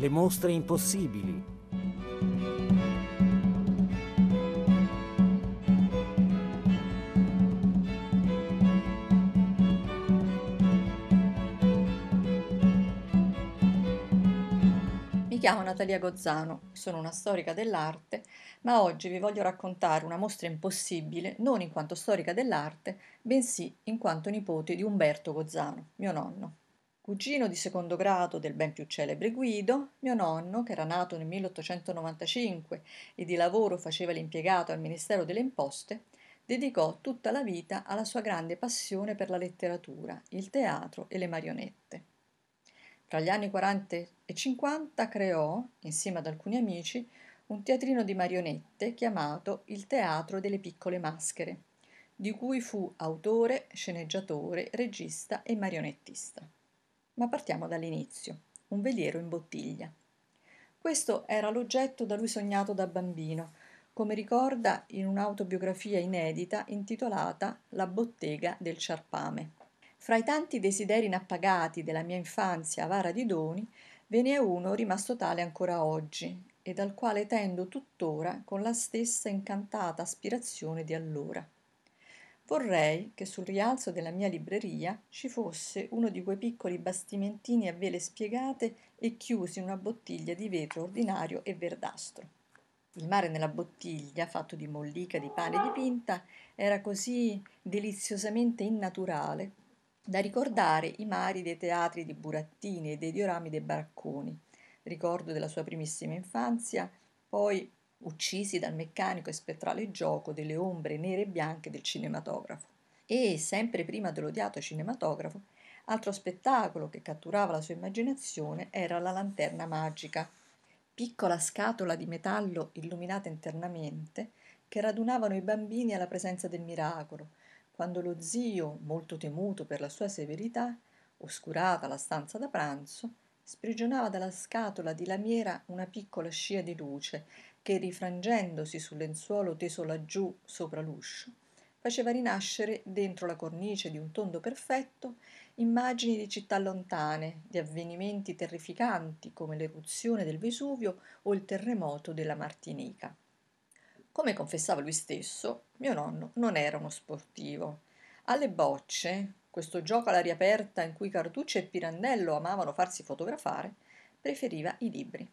le mostre impossibili. Mi chiamo Natalia Gozzano, sono una storica dell'arte, ma oggi vi voglio raccontare una mostra impossibile non in quanto storica dell'arte, bensì in quanto nipote di Umberto Gozzano, mio nonno. Cugino di secondo grado del ben più celebre Guido, mio nonno, che era nato nel 1895 e di lavoro faceva l'impiegato al Ministero delle Imposte, dedicò tutta la vita alla sua grande passione per la letteratura, il teatro e le marionette. Tra gli anni 40 e 50 creò, insieme ad alcuni amici, un teatrino di marionette chiamato Il Teatro delle Piccole Maschere, di cui fu autore, sceneggiatore, regista e marionettista. Ma partiamo dall'inizio, un veliero in bottiglia. Questo era l'oggetto da lui sognato da bambino, come ricorda in un'autobiografia inedita intitolata La bottega del Ciarpame. Fra i tanti desideri inappagati della mia infanzia avara di doni, ve ne è uno rimasto tale ancora oggi e dal quale tendo tuttora con la stessa incantata aspirazione di allora. Vorrei che sul rialzo della mia libreria ci fosse uno di quei piccoli bastimentini a vele spiegate e chiusi in una bottiglia di vetro ordinario e verdastro. Il mare nella bottiglia, fatto di mollica di pane dipinta, era così deliziosamente innaturale da ricordare i mari dei teatri di burattini e dei diorami dei baracconi, ricordo della sua primissima infanzia, poi uccisi dal meccanico e spettrale gioco delle ombre nere e bianche del cinematografo. E, sempre prima dell'odiato cinematografo, altro spettacolo che catturava la sua immaginazione era la lanterna magica, piccola scatola di metallo illuminata internamente che radunavano i bambini alla presenza del miracolo, quando lo zio, molto temuto per la sua severità, oscurata la stanza da pranzo, sprigionava dalla scatola di lamiera una piccola scia di luce che, rifrangendosi sul lenzuolo teso laggiù sopra l'uscio, faceva rinascere dentro la cornice di un tondo perfetto immagini di città lontane, di avvenimenti terrificanti come l'eruzione del Vesuvio o il terremoto della Martinica. Come confessava lui stesso, mio nonno non era uno sportivo. Alle bocce, questo gioco all'aria aperta in cui Carducci e Pirandello amavano farsi fotografare, preferiva i libri.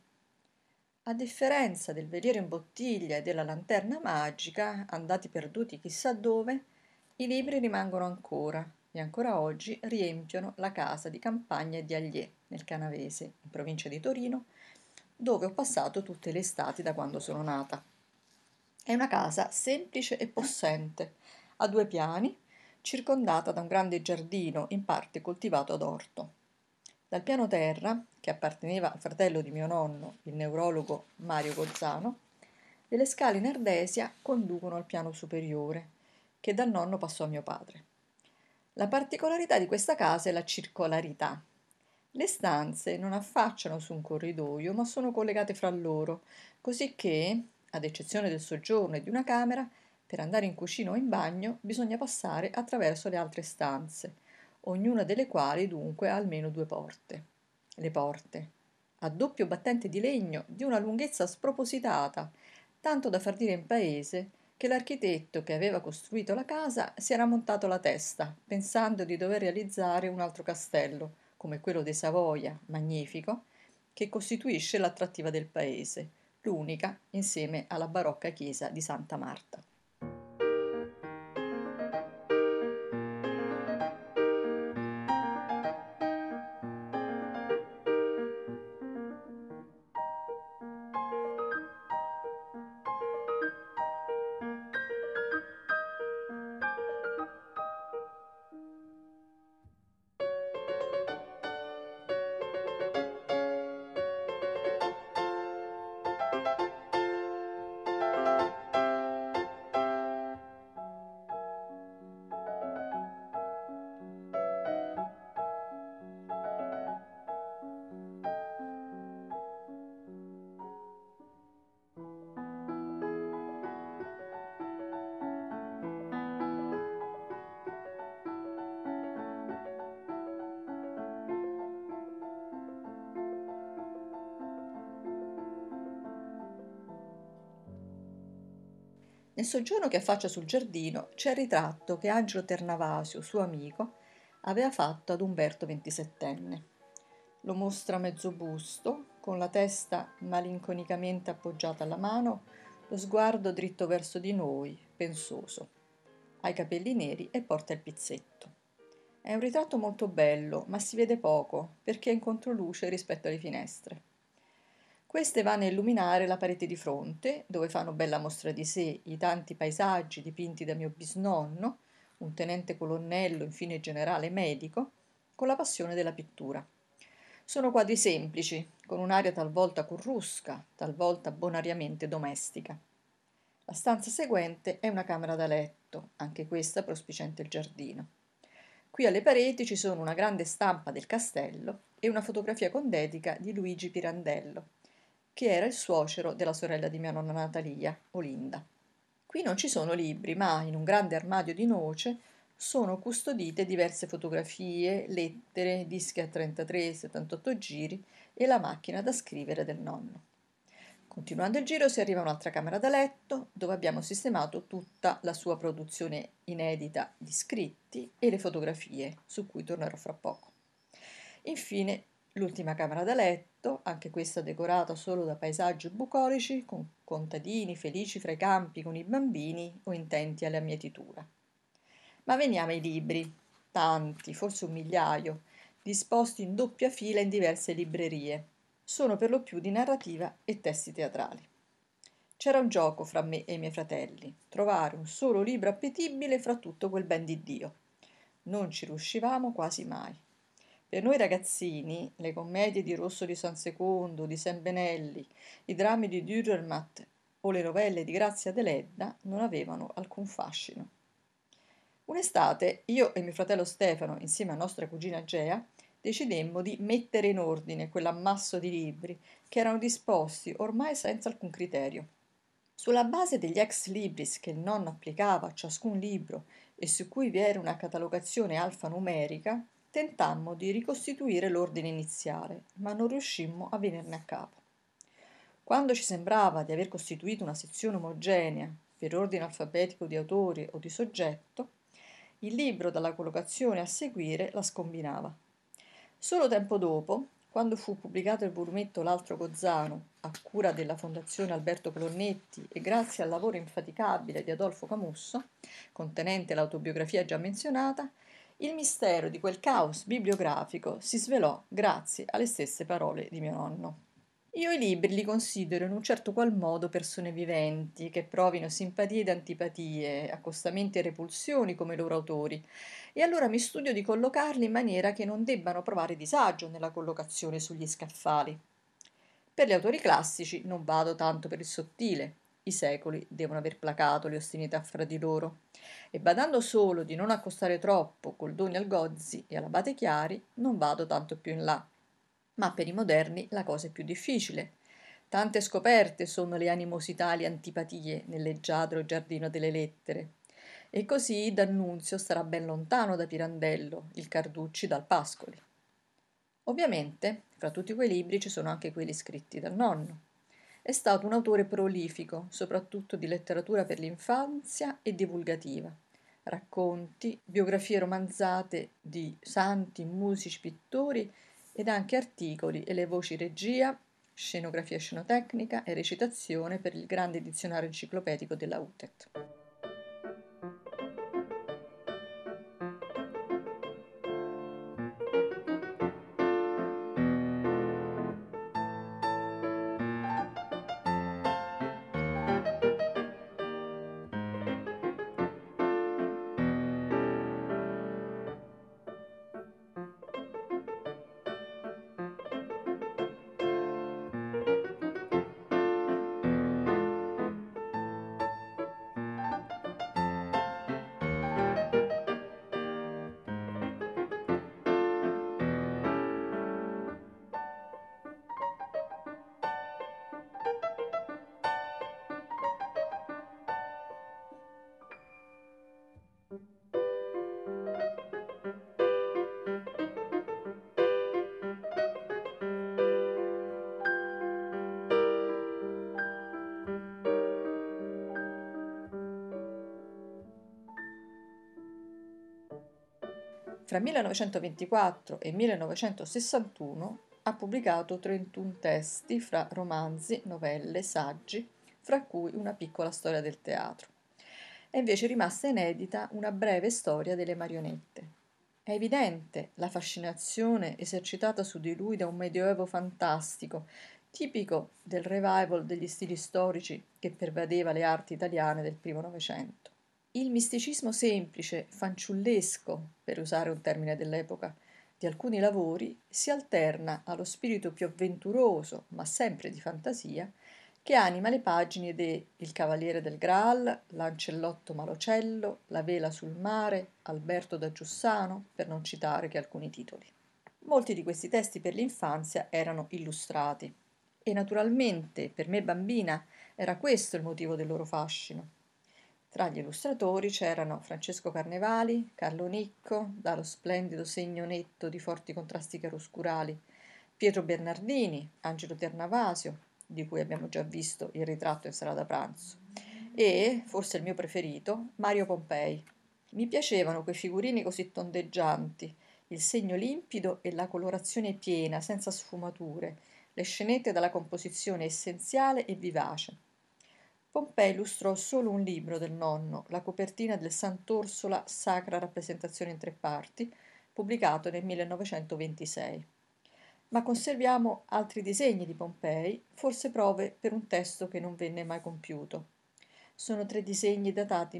A differenza del veliero in bottiglia e della lanterna magica, andati perduti chissà dove, i libri rimangono ancora e ancora oggi riempiono la casa di campagna di Allier, nel Canavese, in provincia di Torino, dove ho passato tutte le estati da quando sono nata. È una casa semplice e possente, a due piani, circondata da un grande giardino in parte coltivato ad orto. Dal piano terra, che apparteneva al fratello di mio nonno, il neurologo Mario Gozzano, delle scale in ardesia conducono al piano superiore, che dal nonno passò a mio padre. La particolarità di questa casa è la circolarità. Le stanze non affacciano su un corridoio, ma sono collegate fra loro, così che, ad eccezione del soggiorno e di una camera, per andare in cucina o in bagno bisogna passare attraverso le altre stanze, ognuna delle quali dunque ha almeno due porte. Le porte, a doppio battente di legno di una lunghezza spropositata, tanto da far dire in paese che l'architetto che aveva costruito la casa si era montato la testa, pensando di dover realizzare un altro castello, come quello dei Savoia, magnifico, che costituisce l'attrattiva del paese, l'unica insieme alla barocca chiesa di Santa Marta. Nel soggiorno che affaccia sul giardino c'è il ritratto che Angelo Ternavasio, suo amico, aveva fatto ad Umberto XXVII. Lo mostra mezzo busto, con la testa malinconicamente appoggiata alla mano, lo sguardo dritto verso di noi, pensoso. Ha i capelli neri e porta il pizzetto. È un ritratto molto bello, ma si vede poco perché è in controluce rispetto alle finestre. Queste vanno a illuminare la parete di fronte, dove fanno bella mostra di sé i tanti paesaggi dipinti da mio bisnonno, un tenente colonnello, infine generale medico, con la passione della pittura. Sono quadri semplici, con un'aria talvolta corrusca, talvolta bonariamente domestica. La stanza seguente è una camera da letto, anche questa prospiciente il giardino. Qui alle pareti ci sono una grande stampa del castello e una fotografia con dedica di Luigi Pirandello, che era il suocero della sorella di mia nonna Natalia, Olinda. Qui non ci sono libri, ma in un grande armadio di noce sono custodite diverse fotografie, lettere, dischi a 33 e 78 giri e la macchina da scrivere del nonno. Continuando il giro si arriva a un'altra camera da letto dove abbiamo sistemato tutta la sua produzione inedita di scritti e le fotografie, su cui tornerò fra poco. Infine l'ultima camera da letto, anche questa decorata solo da paesaggi bucolici, con contadini felici fra i campi con i bambini o intenti alla mietitura. Ma veniamo ai libri, tanti, forse un migliaio, disposti in doppia fila in diverse librerie. Sono per lo più di narrativa e testi teatrali. C'era un gioco fra me e i miei fratelli, trovare un solo libro appetibile fra tutto quel ben di Dio. Non ci riuscivamo quasi mai. Per noi ragazzini, le commedie di Rosso di San Secondo, di Sam Benelli, i drammi di Dürrenmatt o le novelle di Grazia Deledda non avevano alcun fascino. Un'estate io e mio fratello Stefano, insieme a nostra cugina Gea, decidemmo di mettere in ordine quell'ammasso di libri che erano disposti ormai senza alcun criterio. Sulla base degli ex libris che il nonno applicava a ciascun libro e su cui vi era una catalogazione alfanumerica, tentammo di ricostituire l'ordine iniziale, ma non riuscimmo a venirne a capo. Quando ci sembrava di aver costituito una sezione omogenea per ordine alfabetico di autori o di soggetto, il libro dalla collocazione a seguire la scombinava. Solo tempo dopo, quando fu pubblicato il volumetto L'altro Gozzano, a cura della Fondazione Alberto Colonnetti e grazie al lavoro infaticabile di Adolfo Camusso, contenente l'autobiografia già menzionata, il mistero di quel caos bibliografico si svelò grazie alle stesse parole di mio nonno. Io i libri li considero in un certo qual modo persone viventi, che provino simpatie ed antipatie, accostamenti e repulsioni come i loro autori, e allora mi studio di collocarli in maniera che non debbano provare disagio nella collocazione sugli scaffali. Per gli autori classici non vado tanto per il sottile, i secoli devono aver placato le ostinità fra di loro, e badando solo di non accostare troppo Goldoni al Gozzi e all'Abate Chiari, non vado tanto più in là. Ma per i moderni la cosa è più difficile. Tante scoperte sono le animosità e le antipatie nel leggiadro giardino delle lettere. E così D'Annunzio starà ben lontano da Pirandello, il Carducci dal Pascoli. Ovviamente, fra tutti quei libri ci sono anche quelli scritti dal nonno. È stato un autore prolifico, soprattutto di letteratura per l'infanzia e divulgativa. Racconti, biografie romanzate di santi, musici, pittori ed anche articoli e le voci regia, scenografia scenotecnica e recitazione per il grande dizionario enciclopedico della UTET. Fra 1924 e 1961 ha pubblicato 31 testi fra romanzi, novelle, saggi, fra cui una piccola storia del teatro. È invece rimasta inedita una breve storia delle marionette. È evidente la fascinazione esercitata su di lui da un medioevo fantastico, tipico del revival degli stili storici che pervadeva le arti italiane del primo Novecento. Il misticismo semplice, fanciullesco, per usare un termine dell'epoca, di alcuni lavori si alterna allo spirito più avventuroso, ma sempre di fantasia, che anima le pagine de Il Cavaliere del Graal, L'ancellotto Malocello, La vela sul mare, Alberto da Giussano, per non citare che alcuni titoli. Molti di questi testi per l'infanzia erano illustrati e naturalmente per me bambina era questo il motivo del loro fascino. Tra gli illustratori c'erano Francesco Carnevali, Carlo Nicco, dallo splendido segno netto di forti contrasti chiaroscurali, Pietro Bernardini, Angelo Ternavasio, di cui abbiamo già visto il ritratto in sala da pranzo, e, forse il mio preferito, Mario Pompei. Mi piacevano quei figurini così tondeggianti, il segno limpido e la colorazione piena, senza sfumature, le scenette dalla composizione essenziale e vivace. Pompei illustrò solo un libro del nonno, la copertina del Sant'Orsola Sacra rappresentazione in tre parti, pubblicato nel 1926. Ma conserviamo altri disegni di Pompei, forse prove per un testo che non venne mai compiuto. Sono tre disegni datati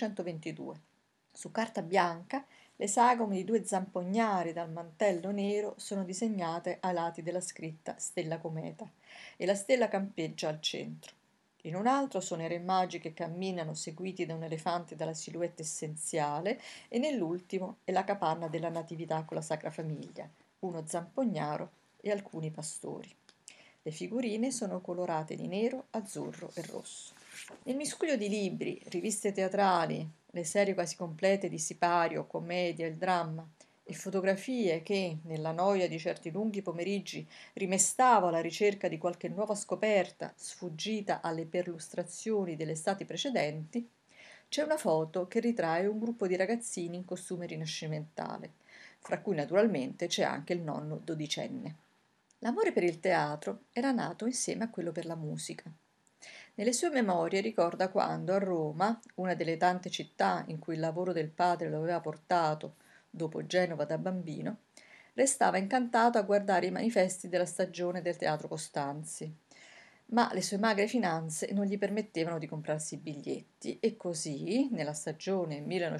1922. Su carta bianca le sagome di due zampognari dal mantello nero sono disegnate ai lati della scritta Stella Cometa e la stella campeggia al centro. In un altro sono i re magi che camminano seguiti da un elefante dalla silhouette essenziale e nell'ultimo è la capanna della Natività con la Sacra Famiglia, uno zampognaro e alcuni pastori. Le figurine sono colorate di nero, azzurro e rosso. Nel miscuglio di libri, riviste teatrali, le serie quasi complete di sipario, commedia, il dramma e fotografie che, nella noia di certi lunghi pomeriggi, rimestavo alla ricerca di qualche nuova scoperta sfuggita alle perlustrazioni delle estati precedenti, c'è una foto che ritrae un gruppo di ragazzini in costume rinascimentale, fra cui naturalmente c'è anche il nonno dodicenne. L'amore per il teatro era nato insieme a quello per la musica. Nelle sue memorie ricorda quando a Roma, una delle tante città in cui il lavoro del padre lo aveva portato, dopo Genova da bambino, restava incantato a guardare i manifesti della stagione del Teatro Costanzi. Ma le sue magre finanze non gli permettevano di comprarsi i biglietti e così, nella stagione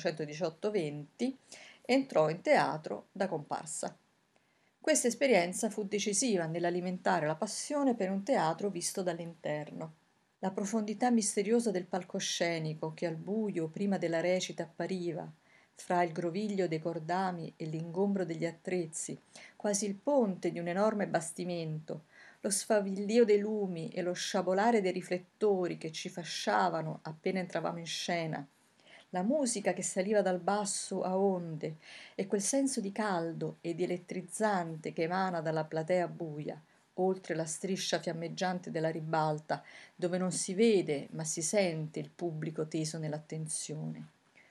1918-20, entrò in teatro da comparsa. Questa esperienza fu decisiva nell'alimentare la passione per un teatro visto dall'interno. La profondità misteriosa del palcoscenico che al buio prima della recita appariva, fra il groviglio dei cordami e l'ingombro degli attrezzi, quasi il ponte di un enorme bastimento, lo sfavillio dei lumi e lo sciabolare dei riflettori che ci fasciavano appena entravamo in scena, la musica che saliva dal basso a onde e quel senso di caldo e di elettrizzante che emana dalla platea buia, oltre la striscia fiammeggiante della ribalta, dove non si vede ma si sente il pubblico teso nell'attenzione.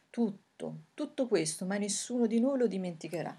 Tutto questo, ma nessuno di noi lo dimenticherà.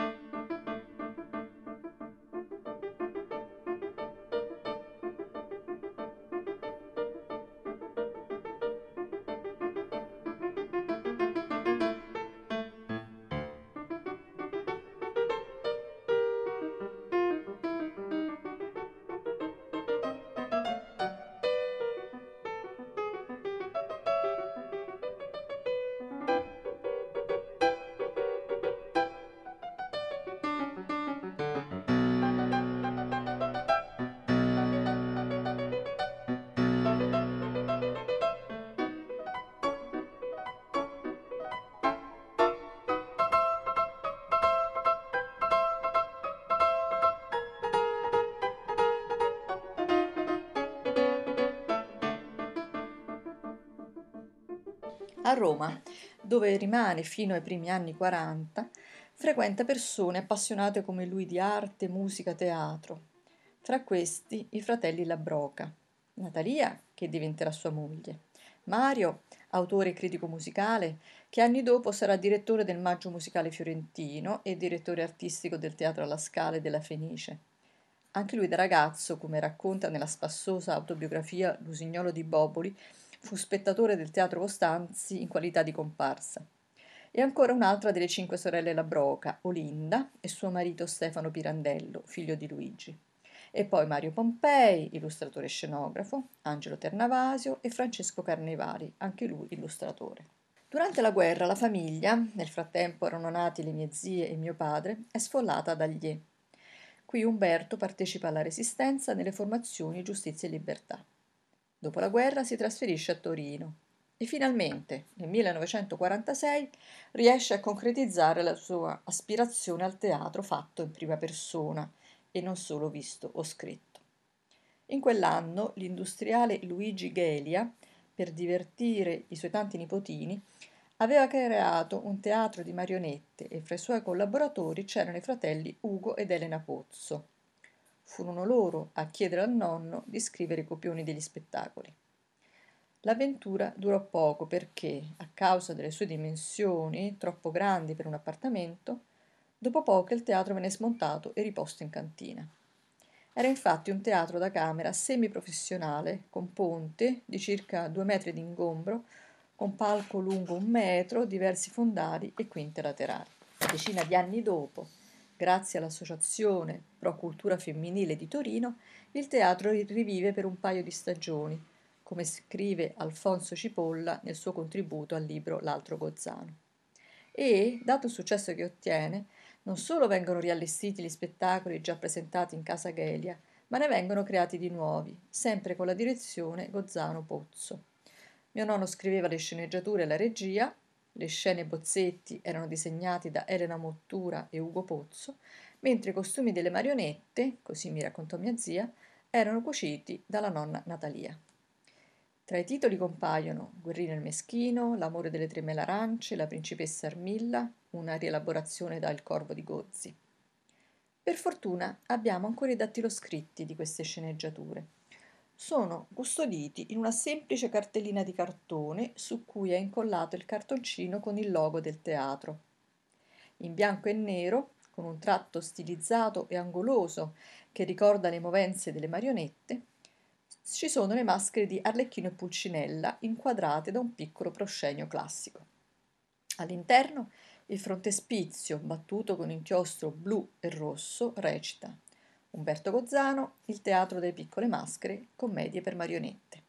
A Roma, dove rimane fino ai primi anni 40, frequenta persone appassionate come lui di arte, musica, teatro. Fra questi i fratelli La Broca, Natalia, che diventerà sua moglie, Mario, autore e critico musicale, che anni dopo sarà direttore del Maggio Musicale Fiorentino e direttore artistico del Teatro alla Scala e della Fenice. Anche lui da ragazzo, come racconta nella spassosa autobiografia L'Usignolo di Boboli, fu spettatore del Teatro Costanzi in qualità di comparsa. E ancora un'altra delle cinque sorelle La Broca, Olinda, e suo marito Stefano Pirandello, figlio di Luigi. E poi Mario Pompei, illustratore e scenografo, Angelo Ternavasio e Francesco Carnevali, anche lui illustratore. Durante la guerra la famiglia, nel frattempo erano nati le mie zie e mio padre, è sfollata ad Allier. Qui Umberto partecipa alla Resistenza nelle formazioni Giustizia e Libertà. Dopo la guerra si trasferisce a Torino e finalmente, nel 1946, riesce a concretizzare la sua aspirazione al teatro fatto in prima persona e non solo visto o scritto. In quell'anno l'industriale Luigi Ghelia, per divertire i suoi tanti nipotini, aveva creato un teatro di marionette e fra i suoi collaboratori c'erano i fratelli Ugo ed Elena Pozzo. Furono loro a chiedere al nonno di scrivere i copioni degli spettacoli. L'avventura durò poco perché, a causa delle sue dimensioni, troppo grandi per un appartamento, dopo poco il teatro venne smontato e riposto in cantina. Era infatti un teatro da camera semiprofessionale, con ponte di circa 2 metri di ingombro, con palco lungo 1 metro, diversi fondali e quinte laterali. Una decina di anni dopo, grazie all'Associazione Pro Cultura Femminile di Torino, il teatro rivive per un paio di stagioni, come scrive Alfonso Cipolla nel suo contributo al libro L'altro Gozzano. E, dato il successo che ottiene, non solo vengono riallestiti gli spettacoli già presentati in Casa Ghelia, ma ne vengono creati di nuovi, sempre con la direzione Gozzano Pozzo. Mio nonno scriveva le sceneggiature e la regia, le scene e bozzetti erano disegnati da Elena Mottura e Ugo Pozzo, mentre i costumi delle marionette, così mi raccontò mia zia, erano cuciti dalla nonna Natalia. Tra i titoli compaiono Guerrino il Meschino, L'amore delle 3000 arance, La principessa Armilla, una rielaborazione da Il corvo di Gozzi. Per fortuna abbiamo ancora i dattiloscritti di queste sceneggiature. Sono custoditi in una semplice cartellina di cartone su cui è incollato il cartoncino con il logo del teatro. In bianco e nero, con un tratto stilizzato e angoloso che ricorda le movenze delle marionette, ci sono le maschere di Arlecchino e Pulcinella inquadrate da un piccolo proscenio classico. All'interno il frontespizio, battuto con inchiostro blu e rosso, recita Umberto Gozzano, Il teatro delle piccole maschere, commedie per marionette.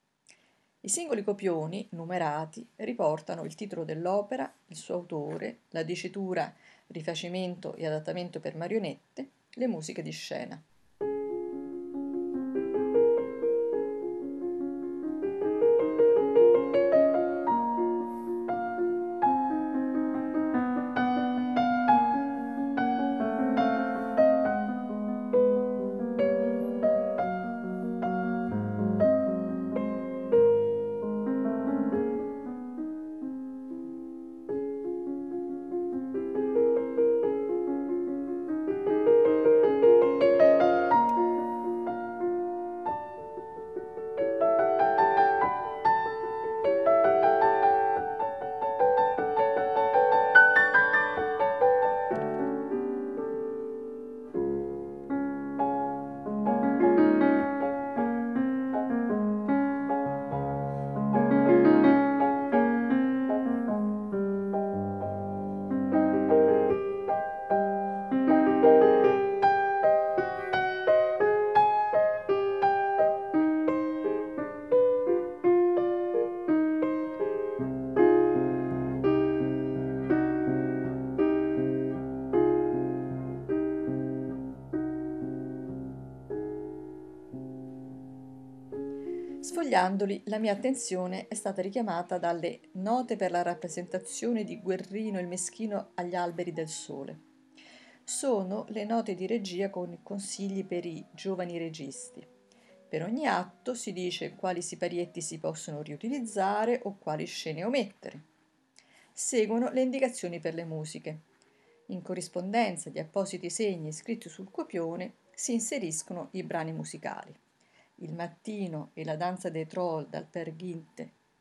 I singoli copioni, numerati, riportano il titolo dell'opera, il suo autore, la dicitura rifacimento e adattamento per marionette, le musiche di scena. Sfogliandoli, la mia attenzione è stata richiamata dalle note per la rappresentazione di Guerrino il Meschino agli alberi del sole. Sono le note di regia con consigli per i giovani registi. Per ogni atto si dice quali siparietti si possono riutilizzare o quali scene omettere. Seguono le indicazioni per le musiche. In corrispondenza di appositi segni scritti sul copione si inseriscono i brani musicali. Il mattino e la danza dei troll dal Per Ginte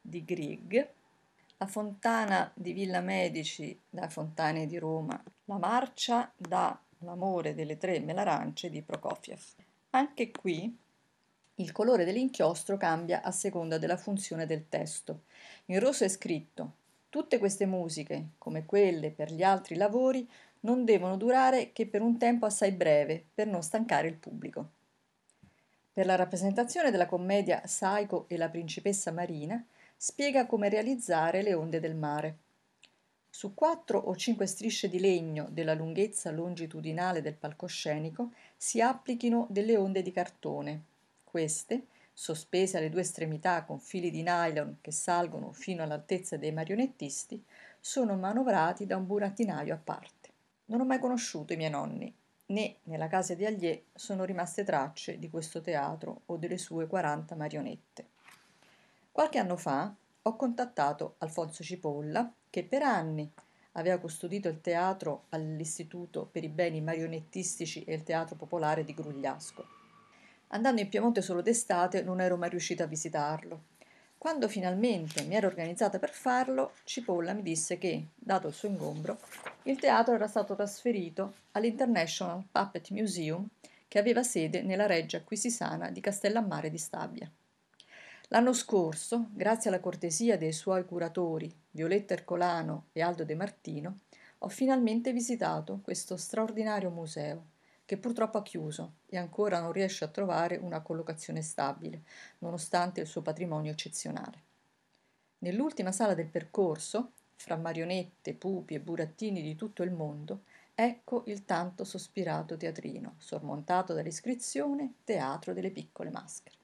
di Grieg, la fontana di Villa Medici da Fontane di Roma, la marcia da L'amore delle tre melarance di Prokofiev. Anche qui il colore dell'inchiostro cambia a seconda della funzione del testo. In rosso è scritto: tutte queste musiche, come quelle per gli altri lavori, non devono durare che per un tempo assai breve, per non stancare il pubblico. Per la rappresentazione della commedia Saico e la principessa Marina, spiega come realizzare le onde del mare. Su 4 o 5 strisce di legno della lunghezza longitudinale del palcoscenico si applichino delle onde di cartone. Queste, sospese alle due estremità con fili di nylon che salgono fino all'altezza dei marionettisti, sono manovrati da un burattinaio a parte. Non ho mai conosciuto i miei nonni, né nella casa di Allier sono rimaste tracce di questo teatro o delle sue 40 marionette. Qualche anno fa ho contattato Alfonso Cipolla, che per anni aveva custodito il teatro all'Istituto per i beni marionettistici e il teatro popolare di Grugliasco. Andando in Piemonte solo d'estate non ero mai riuscita a visitarlo. Quando finalmente mi ero organizzata per farlo, Cipolla mi disse che, dato il suo ingombro, il teatro era stato trasferito all'International Puppet Museum, che aveva sede nella Reggia Acquisisana di Castellammare di Stabia. L'anno scorso, grazie alla cortesia dei suoi curatori, Violetta Ercolano e Aldo De Martino, ho finalmente visitato questo straordinario museo, che purtroppo ha chiuso e ancora non riesce a trovare una collocazione stabile, nonostante il suo patrimonio eccezionale. Nell'ultima sala del percorso, fra marionette, pupi e burattini di tutto il mondo, ecco il tanto sospirato teatrino, sormontato dall'iscrizione Teatro delle piccole maschere.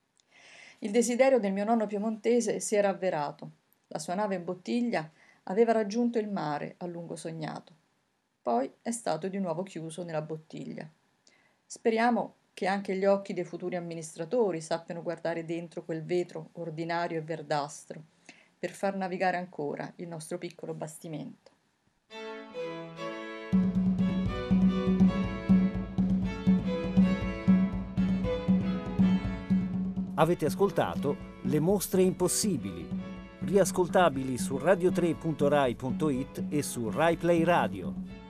Il desiderio del mio nonno piemontese si era avverato. La sua nave in bottiglia aveva raggiunto il mare a lungo sognato. Poi è stato di nuovo chiuso nella bottiglia. Speriamo che anche gli occhi dei futuri amministratori sappiano guardare dentro quel vetro ordinario e verdastro per far navigare ancora il nostro piccolo bastimento. Avete ascoltato Le mostre impossibili, riascoltabili su radio3.rai.it e su Rai Play Radio.